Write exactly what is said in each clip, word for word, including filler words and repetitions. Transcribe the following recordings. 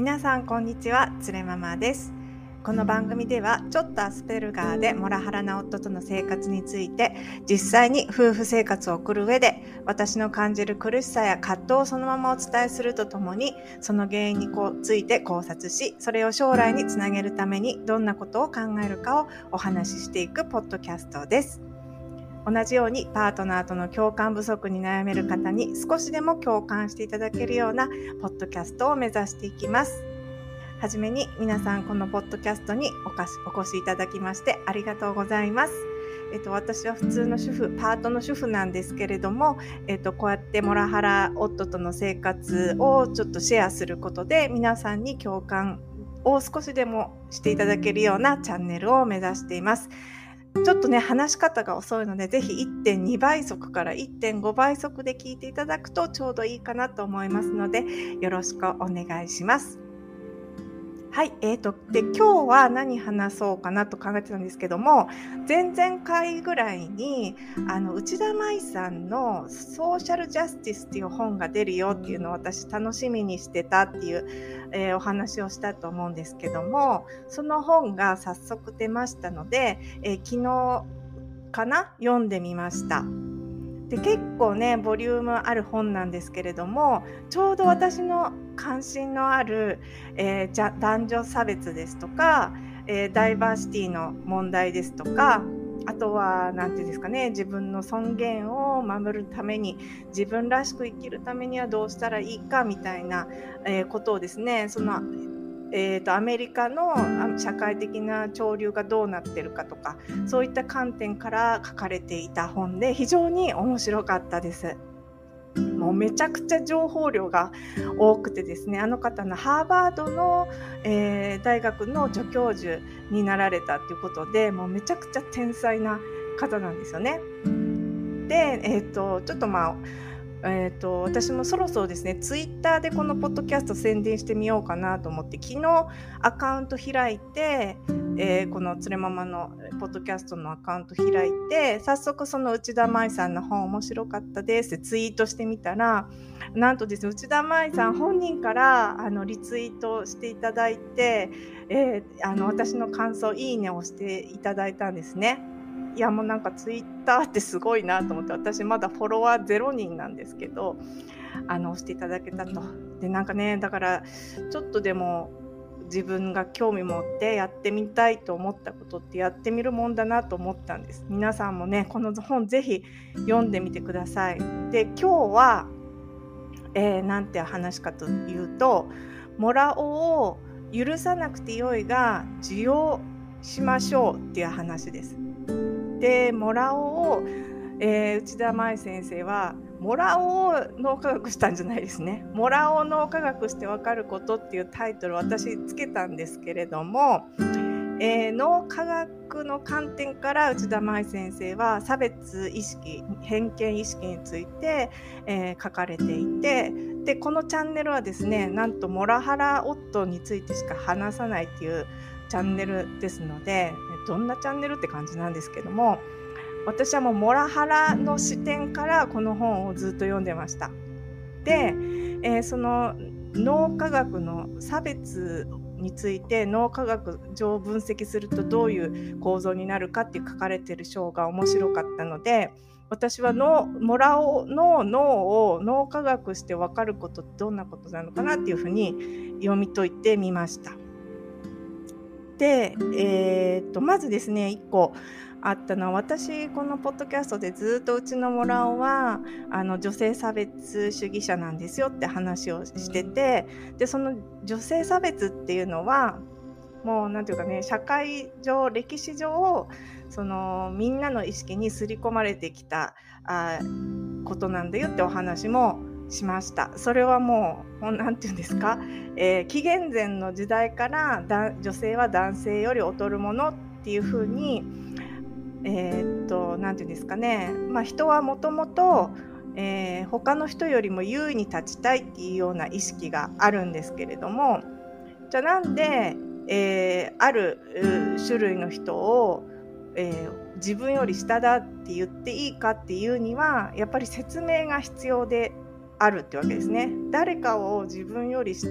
皆さんこんにちは、つれママです。この番組ではちょっとアスペルガーでモラハラな夫との生活について、実際に夫婦生活を送る上で私の感じる苦しさや葛藤をそのままお伝えするとともに、その原因について考察し、それを将来につなげるためにどんなことを考えるかをお話ししていくポッドキャストです。同じようにパートナーとの共感不足に悩める方に少しでも共感していただけるようなポッドキャストを目指していきます。はじめに皆さんこのポッドキャストにおかしお越しいただきましてありがとうございます。えっと、私は普通の主婦、パートの主婦なんですけれども、えっと、こうやってモラハラ夫との生活をちょっとシェアすることで皆さんに共感を少しでもしていただけるようなチャンネルを目指しています。ちょっとね、話し方が遅いので、ぜひ いってんに 倍速から いってんご 倍速で聞いていただくとちょうどいいかなと思いますので、よろしくお願いします。はい、えーと、で、今日は何話そうかなと考えてたんですけども、前々回ぐらいに、あの、内田舞さんのソーシャルジャスティスっていう本が出るよっていうのを私楽しみにしてたっていう、えーお話をしたと思うんですけども、その本が早速出ましたので、えー昨日かな読んでみました。で、結構ねボリュームある本なんですけれども、ちょうど私の関心のある、えーじゃ男女差別ですとか、えーダイバーシティの問題ですとか、あとはなんていうんですかね、自分の尊厳を守るために、自分らしく生きるためにはどうしたらいいかみたいな、えーことをですね、そのえーと、アメリカのあ社会的な潮流がどうなってるかとか、そういった観点から書かれていた本で非常に面白かったです。もうめちゃくちゃ情報量が多くてですね、あの方のハーバードの、えー大学の助教授になられたということで、もうめちゃくちゃ天才な方なんですよね。で、えーと、ちょっとまあえー、と私もそろそろですね、ツイッターでこのポッドキャスト宣伝してみようかなと思って、昨日アカウント開いて、えーこのつれママのポッドキャストのアカウント開いて、早速その内田舞さんの本面白かったですってツイートしてみたら、なんとですね、内田舞さん本人からあのリツイートしていただいて、えーあの私の感想いいねをしていただいたんですね。いや、もうなんかツイッターってすごいなと思って、私まだフォロワーゼロにんなんですけど、あの押していただけたと。で、なんかね、だからちょっとでも自分が興味持ってやってみたいと思ったことってやってみるもんだなと思ったんです。皆さんもね、この本ぜひ読んでみてください。で、今日は、えーなんて話かというと、モラオを許さなくてよいが受容しましょうっていう話です。で、モラオを、えー内田舞先生はモラオを脳科学したんじゃないですね。モラオを脳科学してわかることっていうタイトルを私つけたんですけれども、えー脳科学の観点から内田舞先生は差別意識、偏見意識について、えー書かれていて、でこのチャンネルはですね、なんとモラハラ夫についてしか話さないっていうチャンネルですので、どんなチャンネルって感じなんですけども、私はもうモラハラの視点からこの本をずっと読んでました。で、えーその脳科学の差別について脳科学上分析するとどういう構造になるかっていう書かれている章が面白かったので、私は脳モラオの脳を脳科学して分かることってどんなことなのかなっていうふうに読み解いてみました。で、えー、とまずですね、いっこあったのは、私このポッドキャストでずっとうちのモラオはあの女性差別主義者なんですよって話をしてて、でその女性差別っていうのはもうなんていうかね、社会上歴史上そのみんなの意識に刷り込まれてきたあことなんだよってお話もしました。それはもうなんていうんですか、えー紀元前の時代からだ女性は男性より劣るものっていうふうに、えーっとなんていうんですかね、まあ、人はもともと他の人よりも優位に立ちたいっていうような意識があるんですけれども、じゃあなんで、えーあるう種類の人を、えー自分より下だって言っていいかっていうには、やっぱり説明が必要であるってわけですね。誰かを自分より下って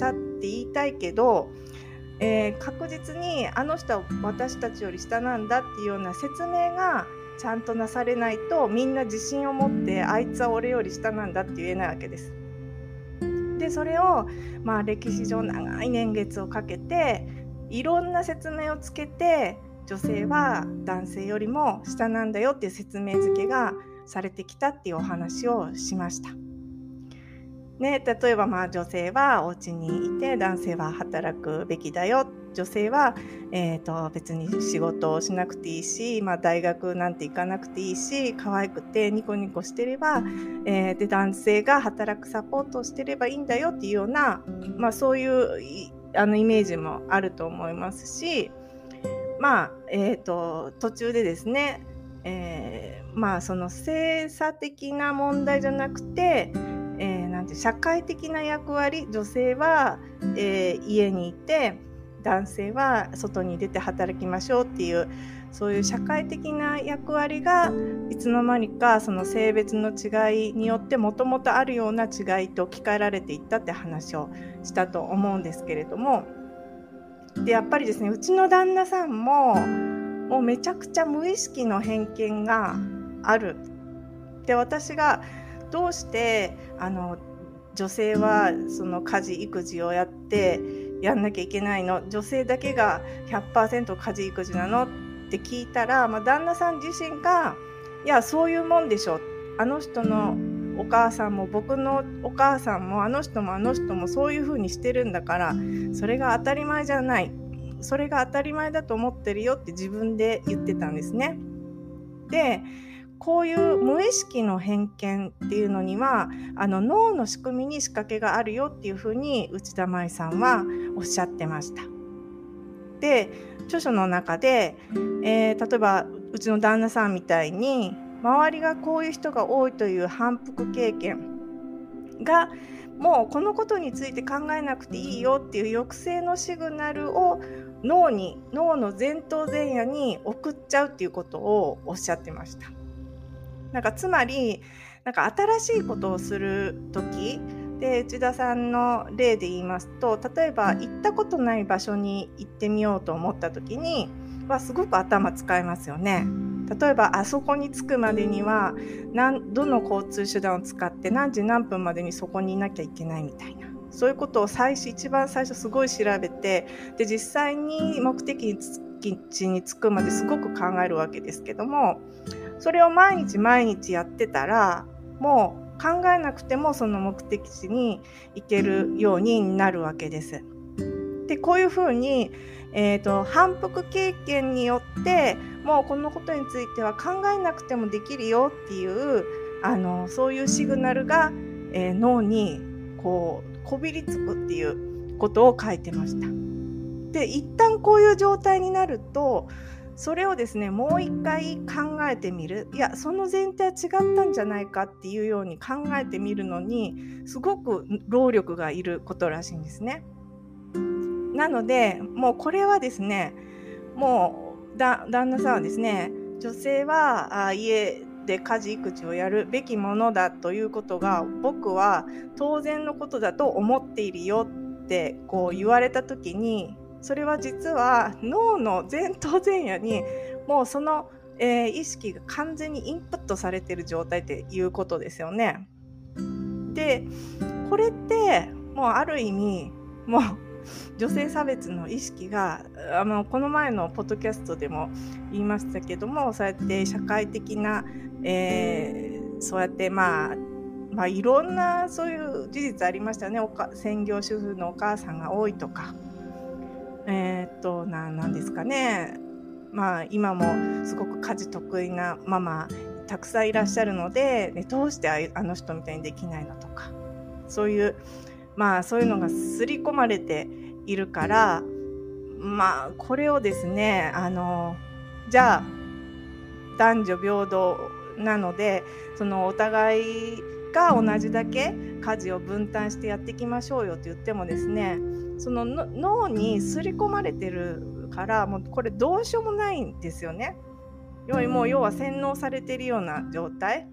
言いたいけど、えー、確実にあの人は私たちより下なんだっていうような説明がちゃんとなされないと、みんな自信を持ってあいつは俺より下なんだって言えないわけです。でそれを、まあ、歴史上長い年月をかけていろんな説明をつけて、女性は男性よりも下なんだよっていう説明付けがされてきたっていうお話をしました。ね、例えばまあ女性はお家にいて男性は働くべきだよ、女性は、えー、と別に仕事をしなくていいし、まあ、大学なんて行かなくていいし、可愛くてニコニコしてれば、えー、で男性が働くサポートをしてればいいんだよっていうような、まあ、そういうあのイメージもあると思いますし、まあえー、と途中でですね、えー、まあその性差的な問題じゃなくて、えー、なんて社会的な役割、女性は、えー、家にいて男性は外に出て働きましょうっていう、そういう社会的な役割がいつの間にかその性別の違いによってもともとあるような違いと置き換えられていったって話をしたと思うんですけれども、でやっぱりですね、うちの旦那さんももうめちゃくちゃ無意識の偏見がある。で私がどうしてあの女性はその家事育児をやってやんなきゃいけないの、女性だけが ひゃくパーセント 家事育児なのって聞いたら、まあ、旦那さん自身がいやそういうもんでしょ、あの人のお母さんも僕のお母さんもあの人もあの人もそういう風にしてるんだから、それが当たり前じゃない、それが当たり前だと思ってるよって自分で言ってたんですね。でこういう無意識の偏見っていうのにはあの脳の仕組みに仕掛けがあるよっていうふうに内田舞さんはおっしゃってました。で著書の中で、えー、例えばうちの旦那さんみたいに周りがこういう人が多いという反復経験がもうこのことについて考えなくていいよっていう抑制のシグナルを脳に脳の前頭前野に送っちゃうっていうことをおっしゃってました。なんかつまりなんか新しいことをするときで、内田さんの例で言いますと、例えば行ったことない場所に行ってみようと思ったときにはすごく頭使いますよね。例えばあそこに着くまでには何どの交通手段を使って何時何分までにそこにいなきゃいけないみたいな、そういうことを最初一番最初すごい調べて、で実際に目的地に着くまですごく考えるわけですけども、それを毎日毎日やってたらもう考えなくてもその目的地に行けるようになるわけです。でこういうふうに、えーと、反復経験によってもうこのことについては考えなくてもできるよっていうあのそういうシグナルが、えー、脳にこうこびりつくっていうことを書いてました。で一旦こういう状態になるとそれをですねもう一回考えてみる、いやその前提は違ったんじゃないかっていうように考えてみるのにすごく労力がいることらしいんですね。なのでもうこれはですね、もうだ旦那さんはですね、女性はあ家で家事育児をやるべきものだということが僕は当然のことだと思っているよってこう言われた時に、それは実は脳の前頭前野にもうその、えー、意識が完全にインプットされている状態っていうことですよね。でこれってもうある意味もう女性差別の意識があのこの前のポッドキャストでも言いましたけども、そうやって社会的な、えー、そうやってまあまあいろんなそういう事実ありましたね。おか専業主婦のお母さんが多いとか、えー、っとななんですかね、まあ今もすごく家事得意なママたくさんいらっしゃるので、ね、どうしてああの人みたいにできないのとか、そういうまあそういうのが刷り込まれているから、まあこれをですね、あのじゃあ男女平等なのでそのお互いが同じだけ家事を分担してやっていきましょうよって言ってもですね、その脳に刷り込まれてるからもうこれどうしようもないんですよね。要はもう要は洗脳されているような状態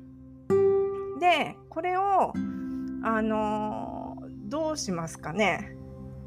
で、これをあのどうしますかね。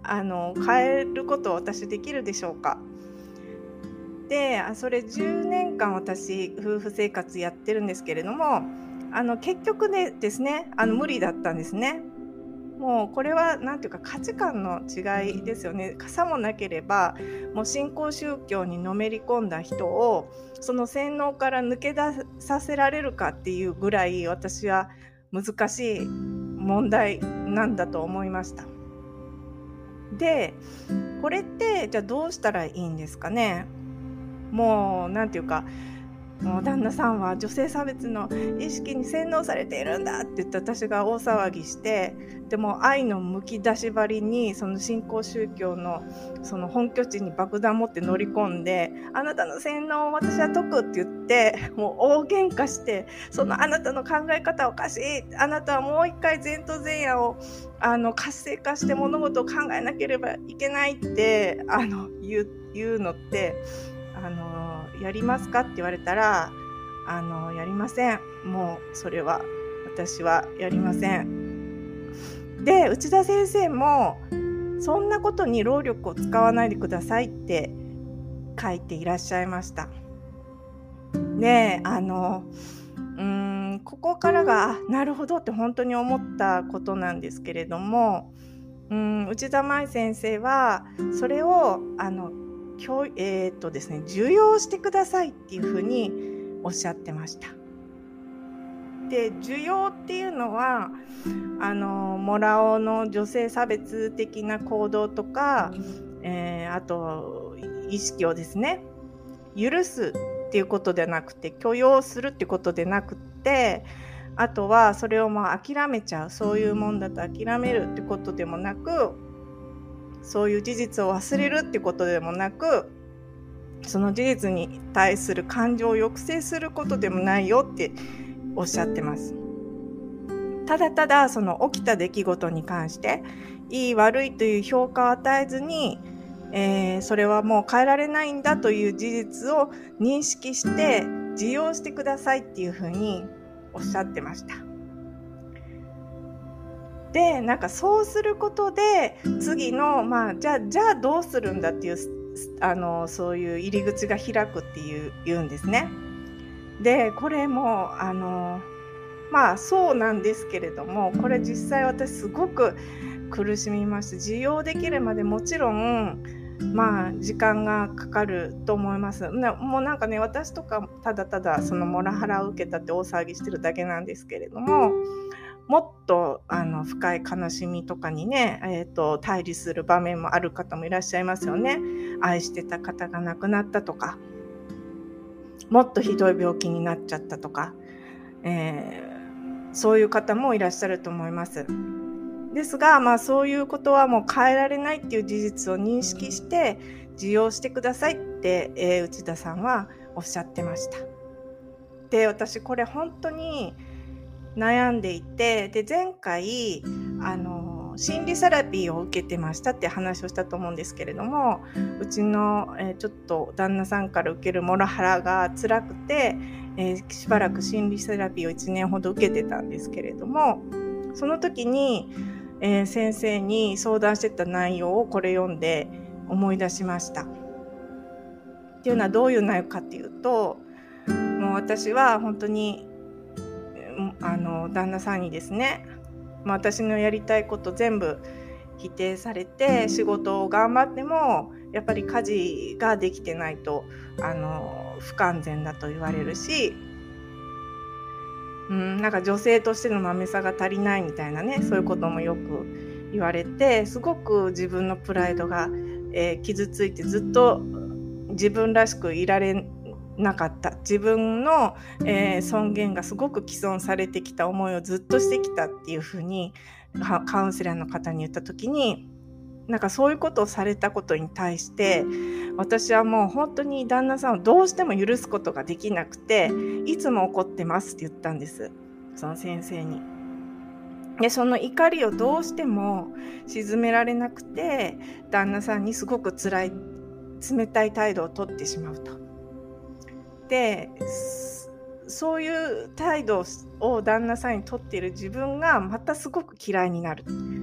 あの変えることを私できるでしょうか。で、それじゅうねんかん私夫婦生活やってるんですけれども、あの結局ねですね、あの無理だったんですね。もうこれはなんていうか価値観の違いですよね。さもなければもう新興宗教にのめり込んだ人をその洗脳から抜け出させられるかっていうぐらい私は難しい問題なんだと思いました。で、これってじゃあどうしたらいいんですかね。もうなんていうか、もう旦那さんは女性差別の意識に洗脳されているんだって言って私が大騒ぎして、でも愛のむき出し張りにその新興宗教のその本拠地に爆弾持って乗り込んで、あなたの洗脳を私は解くって言ってもう大喧嘩して、そのあなたの考え方おかしい、あなたはもう一回前途前野をあの活性化して物事を考えなければいけないってあの 言う、言うのってあのやりますかって言われたら、あのやりません。もうそれは私はやりません。で、内田先生もそんなことに労力を使わないでくださいって書いていらっしゃいました。で、あのうーんここからがなるほどって本当に思ったことなんですけれども、うーん内田舞先生はそれをあの教えーっとですね、受容してくださいっていうふうにおっしゃってました。で、受容っていうのはあのモラオの女性差別的な行動とか、えー、あと意識をですね許すっていうことでなくて、許容するっていうことでなくて、あとはそれをもう諦めちゃう、そういうもんだと諦めるってことでもなく、そういう事実を忘れるってことでもなく、その事実に対する感情を抑制することでもないよっておっしゃってます。ただただその起きた出来事に関していい悪いという評価を与えずに、えー、それはもう変えられないんだという事実を認識して受容してくださいっていうふうにおっしゃってました。で、なんかそうすることで次の、まあ、じゃあじゃあどうするんだっていうあのそういう入り口が開くっていう言うんですね。で、これもあのまあそうなんですけれども、これ実際私すごく苦しみました。受容できるまでもちろんまあ時間がかかると思います。なもうなんかね、私とかただただそのモラハラを受けたって大騒ぎしてるだけなんですけれども、もっとあの深い悲しみとかにね、えーと、対峙する場面もある方もいらっしゃいますよね。愛してた方が亡くなったとか、もっとひどい病気になっちゃったとか、えー、そういう方もいらっしゃると思います。ですが、まあ、そういうことはもう変えられないっていう事実を認識して受容してくださいって、えー、内田さんはおっしゃってました。で、私これ本当に悩んでいて、で前回あの心理セラピーを受けてましたって話をしたと思うんですけれども、うちの、えー、ちょっと旦那さんから受けるモラハラが辛くて、えー、しばらく心理セラピーをいちねんほど受けてたんですけれども、その時に、えー、先生に相談してた内容をこれ読んで思い出しました。っていうのはどういう内容かっていうと、もう私は本当にあの旦那さんにですね、まあ、私のやりたいこと全部否定されて、仕事を頑張ってもやっぱり家事ができてないとあの不完全だと言われるし、うん、なんか女性としてのまめさが足りないみたいなね、そういうこともよく言われて、すごく自分のプライドが、えー、傷ついてずっと自分らしくいられなかった、自分の、えー、尊厳がすごく毀損されてきた思いをずっとしてきたっていうふうにカウンセラーの方に言った時に、なんかそういうことをされたことに対して私はもう本当に旦那さんをどうしても許すことができなくて、いつも怒ってますって言ったんです、その先生に。で、その怒りをどうしても鎮められなくて、旦那さんにすごく辛い冷たい態度をとってしまうと。で、そういう態度を旦那さんにとっている自分がまたすごく嫌いになる。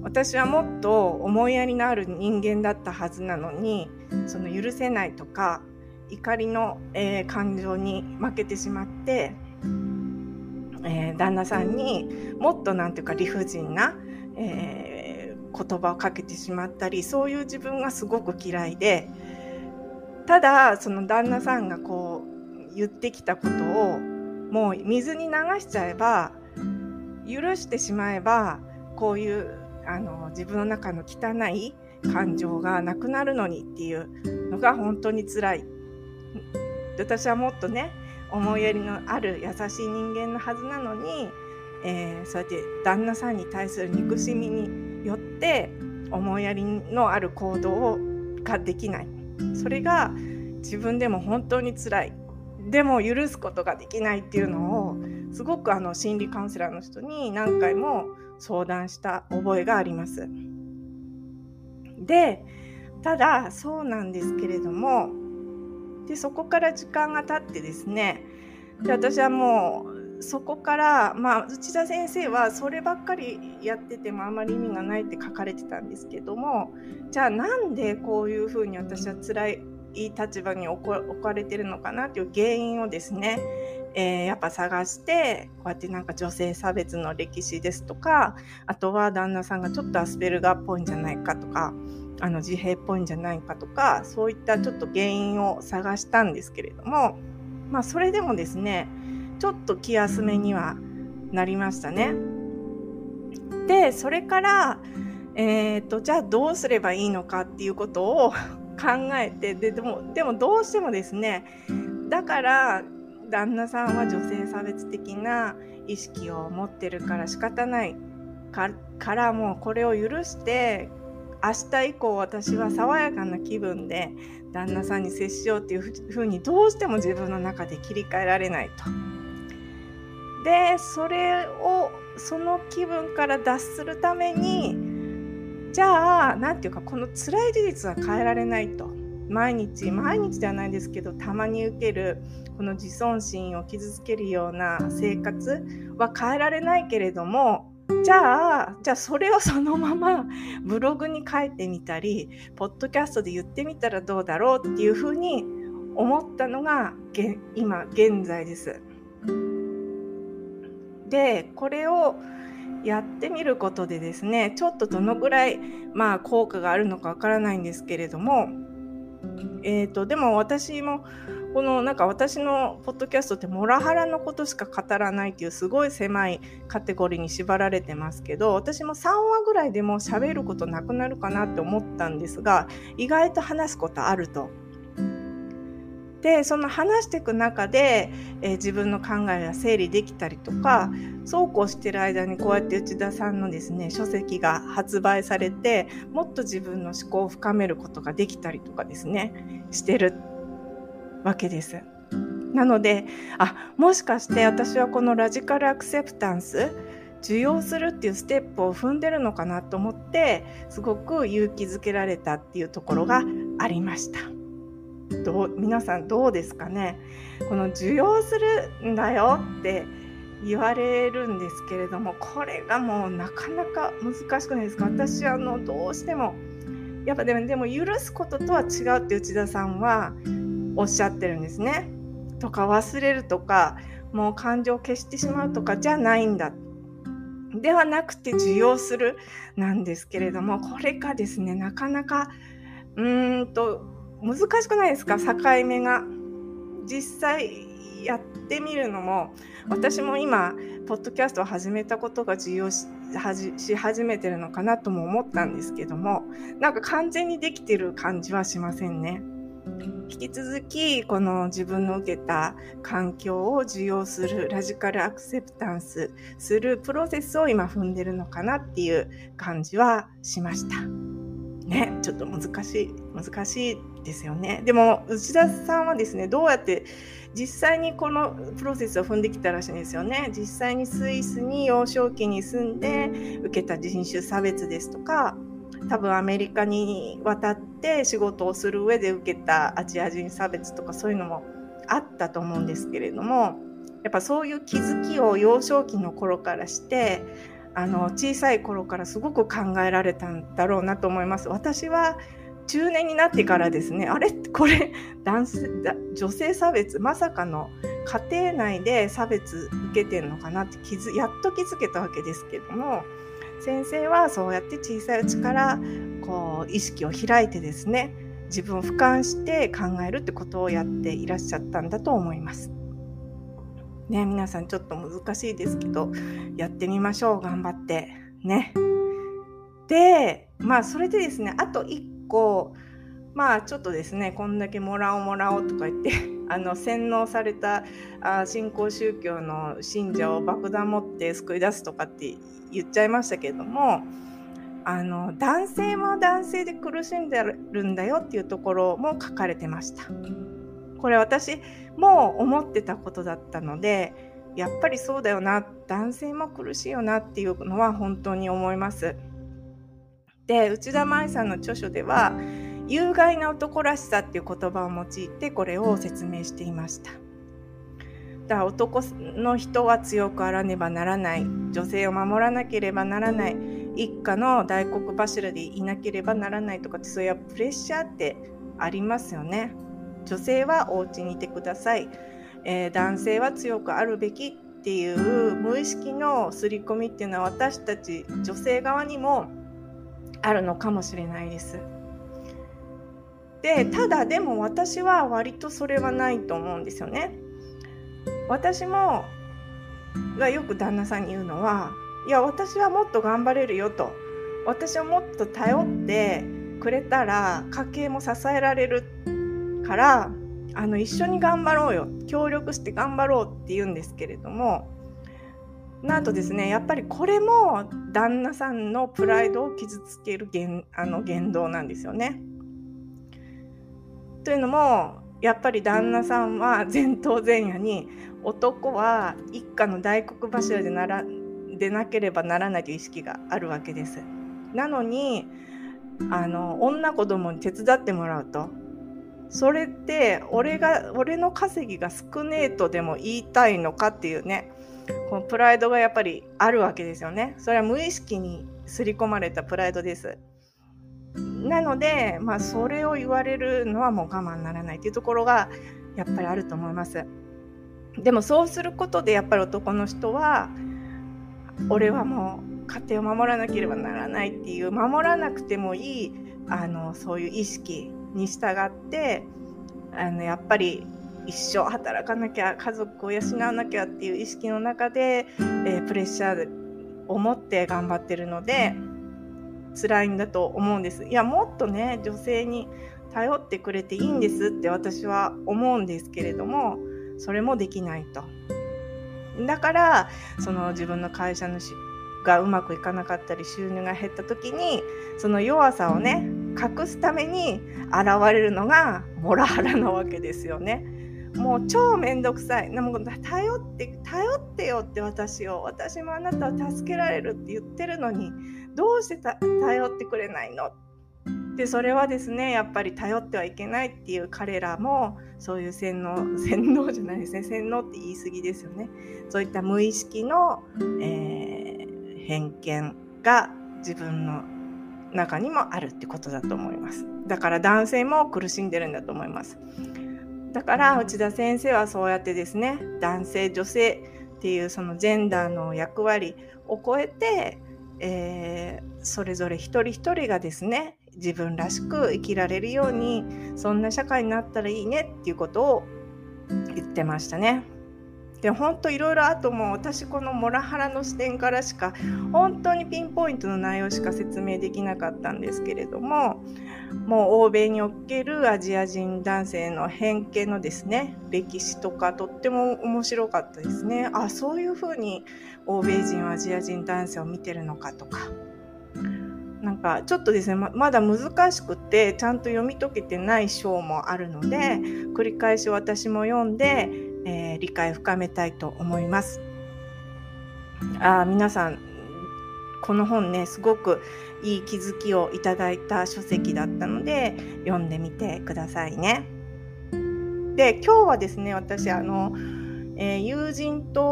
私はもっと思いやりのある人間だったはずなのに、その許せないとか怒りの、えー、感情に負けてしまって、えー、旦那さんにもっとなんていうか理不尽な、えー、言葉をかけてしまったり、そういう自分がすごく嫌いで、ただその旦那さんがこう言ってきたことをもう水に流しちゃえば、許してしまえば、こういうあの自分の中の汚い感情がなくなるのにっていうのが本当に辛い。私はもっとね、思いやりのある優しい人間のはずなのに、えー、そうやって旦那さんに対する憎しみによって思いやりのある行動ができない。それが自分でも本当に辛い。でも許すことができないっていうのをすごくあの心理カウンセラーの人に何回も相談した覚えがあります。で、ただそうなんですけれども、でそこから時間が経ってですね、で私はもうそこから、まあ、内田先生はそればっかりやっててもあまり意味がないって書かれてたんですけども、じゃあなんでこういうふうに私は辛い立場に置かれてるのかなっていう原因をですね、えー、やっぱ探して、こうやってなんか女性差別の歴史ですとか、あとは旦那さんがちょっとアスペルガーっぽいんじゃないかとか、あの自閉っぽいんじゃないかとか、そういったちょっと原因を探したんですけれども、まあそれでもですね、ちょっと気休めにはなりましたね。で、それから、えーと、じゃあどうすればいいのかっていうことを考えて、で、でも、でもどうしてもですね、だから旦那さんは女性差別的な意識を持ってるから仕方ないか、からもうこれを許して、明日以降私は爽やかな気分で旦那さんに接しようっていうふうにどうしても自分の中で切り替えられないと。で、それをその気分から脱するために、じゃあなんていうか、この辛い事実は変えられないと。毎日毎日ではないですけど、たまに受けるこの自尊心を傷つけるような生活は変えられないけれども、じゃあじゃあそれをそのままブログに書いてみたり、ポッドキャストで言ってみたらどうだろうっていうふうに思ったのが今現在です。で、これをやってみることでですね、ちょっとどのぐらい、まあ、効果があるのかわからないんですけれども、えーと、でも私もこのなんか私のポッドキャストってモラハラのことしか語らないっていうすごい狭いカテゴリーに縛られてますけど、私もさんわぐらいでも喋ることなくなるかなって思ったんですが、意外と話すことあると。で、その話していく中で、えー、自分の考えが整理できたりとか、そうこうしている間にこうやって内田さんのですね、書籍が発売されて、もっと自分の思考を深めることができたりとかですね、してるわけです。なので、あ、もしかして私はこのラジカルアクセプタンス、受容するっていうステップを踏んでるのかなと思って、すごく勇気づけられたっていうところがありました。どう皆さんどうですかね。この受容するんだよって言われるんですけれども、これがもうなかなか難しくないですか。私はあのどうしてもやっぱでも、でも許すこととは違うって内田さんはおっしゃってるんですね。とか忘れるとか、もう感情を消してしまうとかじゃないんだ。ではなくて受容するなんですけれども、これがですね、なかなかうーんと難しくないですか、境目が。実際やってみるのも、私も今ポッドキャストを始めたことが受容 し, し始めてるのかなとも思ったんですけども、なんか完全にできてる感じはしませんね。引き続きこの自分の受けた環境を受容する、ラジカルアクセプタンスするプロセスを今踏んでるのかなっていう感じはしましたね。ちょっと難しい難しいですよね。でも内田さんはですね、どうやって実際にこのプロセスを踏んできたらしいんですよね。実際にスイスに幼少期に住んで受けた人種差別ですとか、多分アメリカに渡って仕事をする上で受けたアジア人差別とか、そういうのもあったと思うんですけれども、やっぱそういう気づきを幼少期の頃からして、 あの小さい頃からすごく考えられたんだろうなと思います。私は中年になってからですね、あれこれ男性女性差別、まさかの家庭内で差別受けてるのかなって気づやっと気づけたわけですけども、先生はそうやって小さいうちからこう意識を開いてですね、自分を俯瞰して考えるってことをやっていらっしゃったんだと思いますね。皆さんちょっと難しいですけどやってみましょう。頑張ってね。で、まあそれでですね、あといっこ、まあちょっとですね、こんだけもらおうもらおうとか言ってあの洗脳されたあ新興宗教の信者を爆弾持って救い出すとかって言っちゃいましたけれども、あの男性も男性で苦しんでるんだよっていうところも書かれてました。これ私も思ってたことだったので、やっぱりそうだよな、男性も苦しいよなっていうのは本当に思います。で、内田舞さんの著書では有害な男らしさっていう言葉を用いてこれを説明していました。だから男の人は強くあらねばならない、女性を守らなければならない、一家の大黒柱でいなければならないとかって、そういうプレッシャーってありますよね。女性はお家にいてください、えー、男性は強くあるべきっていう無意識の刷り込みっていうのは私たち女性側にもあるのかもしれないです。で、ただでも私は割とそれはないと思うんですよね。私もがよく旦那さんに言うのは、いや私はもっと頑張れるよと、私はもっと頼ってくれたら家計も支えられるから、あの一緒に頑張ろうよ、協力して頑張ろうって言うんですけれども、なんとですね、やっぱりこれも旦那さんのプライドを傷つける言、あの言動なんですよね。というのも、やっぱり旦那さんは前頭前野に男は一家の大黒柱でならでなければならないという意識があるわけです。なのにあの女子供に手伝ってもらうと、それって俺が俺の稼ぎが少ねえとでも言いたいのかっていうね、このプライドがやっぱりあるわけですよね。それは無意識に刷り込まれたプライドです。なので、まあ、それを言われるのはもう我慢ならないというところがやっぱりあると思います。でもそうすることでやっぱり男の人は、俺はもう家庭を守らなければならないっていう、守らなくてもいいあのそういう意識に従って、あのやっぱり一生働かなきゃ、家族を養わなきゃっていう意識の中で、えー、プレッシャーを持って頑張ってるので辛いんだと思うんです。いや、もっとね、女性に頼ってくれていいんですって私は思うんですけれども、それもできないと。だからその自分の会社のしがうまくいかなかったり収入が減った時に、その弱さをね隠すために現れるのがモラハラなわけですよね。もう超めんどくさい、もう頼って頼ってよって、私を私もあなたを助けられるって言ってるのにどうしてた頼ってくれないの。でそれはですね、やっぱり頼ってはいけないっていう彼らもそういう洗脳洗脳じゃないですね、洗脳って言い過ぎですよね。そういった無意識の、えー、偏見が自分の中にもあるってことだと思います。だから男性も苦しんでるんだと思います。だから内田先生はそうやってですね、男性女性っていうそのジェンダーの役割を超えて、えー、それぞれ一人一人がですね、自分らしく生きられるように、そんな社会になったらいいねっていうことを言ってましたね。で本当いろいろ、あともう私このモラハラの視点からしか本当にピンポイントの内容しか説明できなかったんですけれども、もう欧米におけるアジア人男性の偏見のですね歴史とかとっても面白かったですね。あ、そういうふうに欧米人はアジア人男性を見てるのかとか、なんかちょっとですね ま, まだ難しくてちゃんと読み解けてない章もあるので、繰り返し私も読んで、えー、理解を深めたいと思います。あ、皆さんこの本ね、すごくいい気づきをいただいた書籍だったので読んでみてくださいね。で今日はですね、私あの、えー、友人と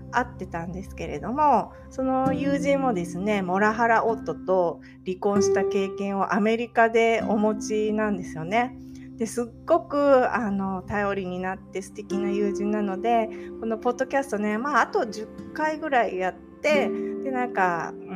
会ってたんですけれども、その友人もですね、モラハラ夫と離婚した経験をアメリカでお持ちなんですよね。ですっごくあの頼りになって素敵な友人なので、このポッドキャストね、まああとじゅっかいぐらいやって、でなんか、うん、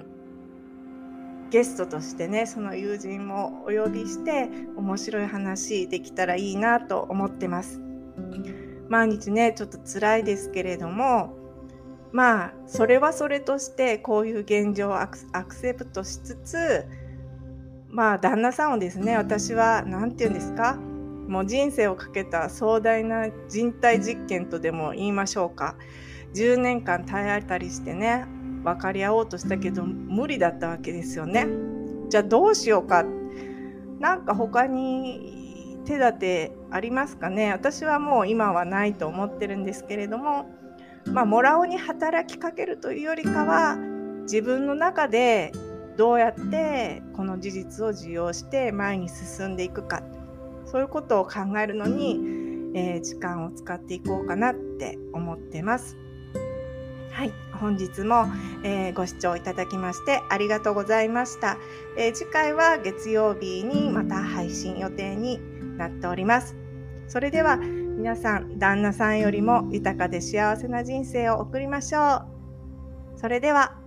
ゲストとしてね、その友人もお呼びして面白い話できたらいいなと思ってます。毎日ね、ちょっと辛いですけれども、まあそれはそれとしてこういう現状をアク、アクセプトしつつ、まあ旦那さんをですね、私は何て言うんですか、もう人生をかけた壮大な人体実験とでも言いましょうか。じゅうねんかん耐えられたりしてね、分かり合おうとしたけど無理だったわけですよね。じゃあどうしようか。なんか他に手立てありますかね。私はもう今はないと思ってるんですけれども、まあモラオに働きかけるというよりかは、自分の中でどうやってこの事実を受容して前に進んでいくか、そういうことを考えるのに、えー、時間を使っていこうかなって思ってます。はい、本日も、えー、ご視聴いただきましてありがとうございました。えー、次回は月曜日にまた配信予定になっております。それでは皆さん、旦那さんよりも豊かで幸せな人生を送りましょう。それでは。